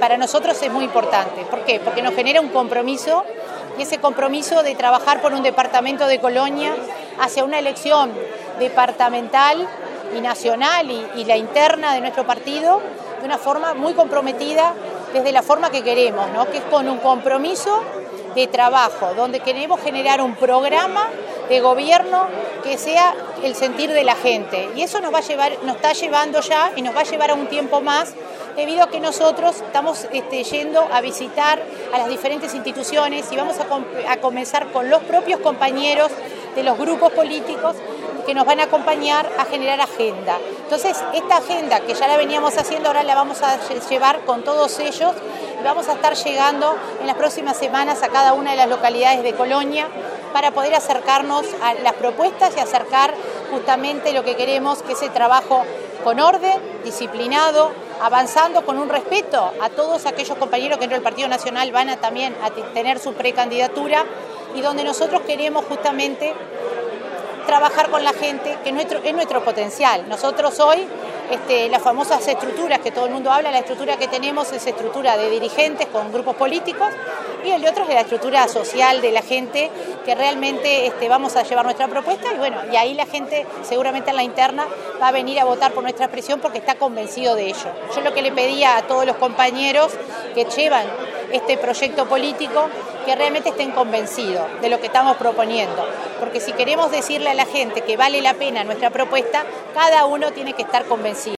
para nosotros es muy importante. ¿Por qué? Porque nos genera un compromiso, y ese compromiso de trabajar por un departamento de Colonia hacia una elección departamental y nacional y la interna de nuestro partido de una forma muy comprometida desde la forma que queremos, ¿no? Que es con un compromiso de trabajo, donde queremos generar un programa de gobierno que sea el sentir de la gente. Y eso nos está llevando ya y nos va a llevar a un tiempo más, debido a que nosotros estamos yendo a visitar a las diferentes instituciones y vamos a comenzar con los propios compañeros de los grupos políticos que nos van a acompañar a generar agenda. Entonces, esta agenda que ya la veníamos haciendo, ahora la vamos a llevar con todos ellos y vamos a estar llegando en las próximas semanas a cada una de las localidades de Colonia para poder acercarnos a las propuestas y acercar justamente lo que queremos, que es el trabajo con orden, disciplinado, avanzando con un respeto a todos aquellos compañeros que dentro del Partido Nacional van a también a tener su precandidatura y donde nosotros queremos justamente trabajar con la gente, que es nuestro potencial. Nosotros hoy, las famosas estructuras que todo el mundo habla, la estructura que tenemos es estructura de dirigentes con grupos políticos y el de otros es la estructura social de la gente que realmente vamos a llevar nuestra propuesta y bueno, y ahí la gente seguramente en la interna va a venir a votar por nuestra expresión porque está convencido de ello. Yo lo que le pedía a todos los compañeros que llevan este proyecto político que realmente estén convencidos de lo que estamos proponiendo, porque si queremos decirle a la gente que vale la pena nuestra propuesta, cada uno tiene que estar convencido.